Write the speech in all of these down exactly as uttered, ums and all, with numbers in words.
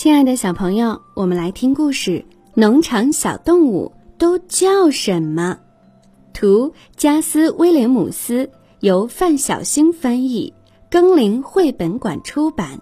亲爱的小朋友，我们来听故事。农场小动物都叫什么？图加斯·威廉姆斯，由范晓星翻译，耕林绘本馆出版。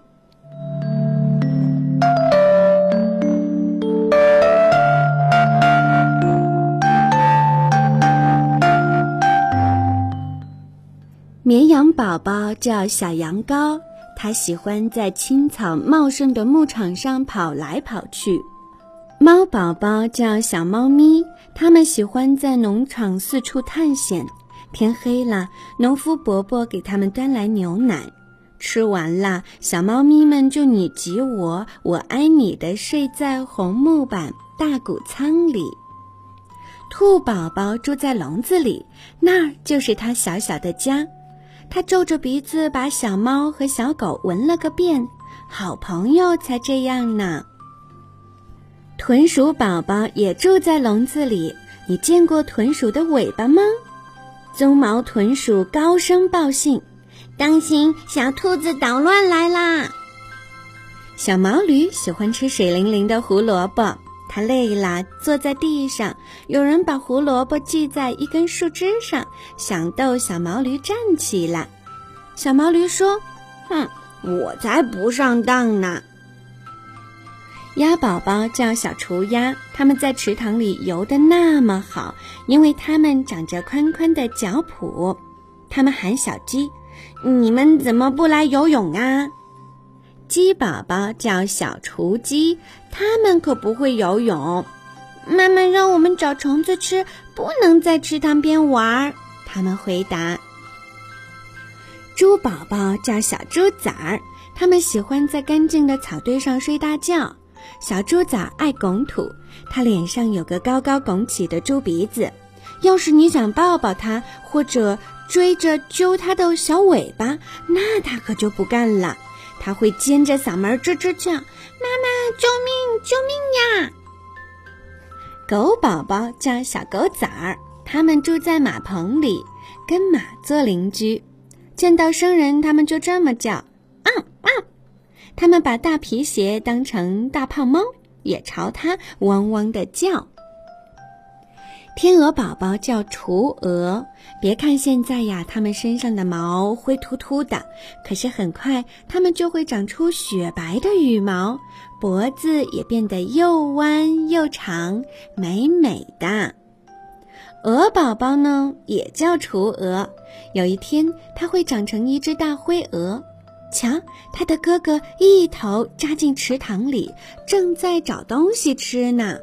绵羊宝宝叫小羊羔，它喜欢在青草茂盛的牧场上跑来跑去。猫宝宝叫小猫咪，它们喜欢在农场四处探险。天黑了，农夫伯伯给它们端来牛奶，吃完了，小猫咪们就你挤我，我挨你的睡在红木板大谷仓里。兔宝宝住在笼子里，那儿就是它小小的家。他皱着鼻子把小猫和小狗闻了个遍，好朋友才这样呢。豚鼠宝宝也住在笼子里，你见过豚鼠的尾巴吗？鬃毛豚鼠高声报信，当心，小兔子捣乱来啦！小毛驴喜欢吃水灵灵的胡萝卜，它累了，坐在地上，有人把胡萝卜系在一根树枝上，想逗小毛驴站起来。小毛驴说：哼，我才不上当呢。鸭宝宝叫小雏鸭，它们在池塘里游得那么好，因为它们长着宽宽的脚蹼。它们喊小鸡：你们怎么不来游泳啊？鸡宝宝叫小雏鸡，它们可不会游泳。妈妈让我们找虫子吃，不能在池塘边玩，它们回答。猪宝宝叫小猪崽儿，它们喜欢在干净的草堆上睡大觉。小猪崽儿爱拱土，它脸上有个高高拱起的猪鼻子。要是你想抱抱它，或者追着揪它的小尾巴，那它可就不干了。它会尖着嗓门吱吱叫：妈妈，救命，救命呀！狗宝宝叫小狗崽儿，它们住在马棚里，跟马做邻居。见到生人，它们就这么叫：啊啊！它们把大皮鞋当成大胖猫，也朝它汪汪地叫。天鹅宝宝叫雏鹅，别看现在呀，它们身上的毛灰秃秃的，可是很快它们就会长出雪白的羽毛，脖子也变得又弯又长，美美的。鹅宝宝呢，也叫雏鹅，有一天它会长成一只大灰鹅。瞧，它的哥哥一头扎进池塘里，正在找东西吃呢。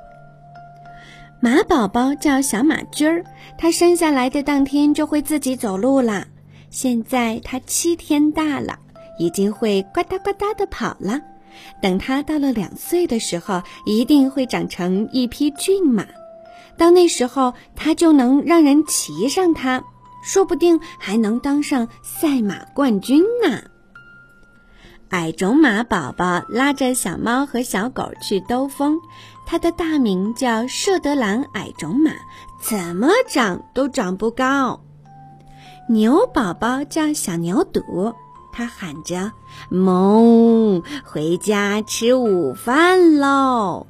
马宝宝叫小马驹儿，它生下来的当天就会自己走路啦。现在它七天大了，已经会呱嗒呱嗒地跑了。等它到了两岁的时候，一定会长成一匹骏马。到那时候，它就能让人骑上它，说不定还能当上赛马冠军呢。矮种马宝宝拉着小猫和小狗去兜风，它的大名叫舍德兰矮种马，怎么长都长不高。牛宝宝叫小牛犊，它喊着：哞，回家吃午饭喽。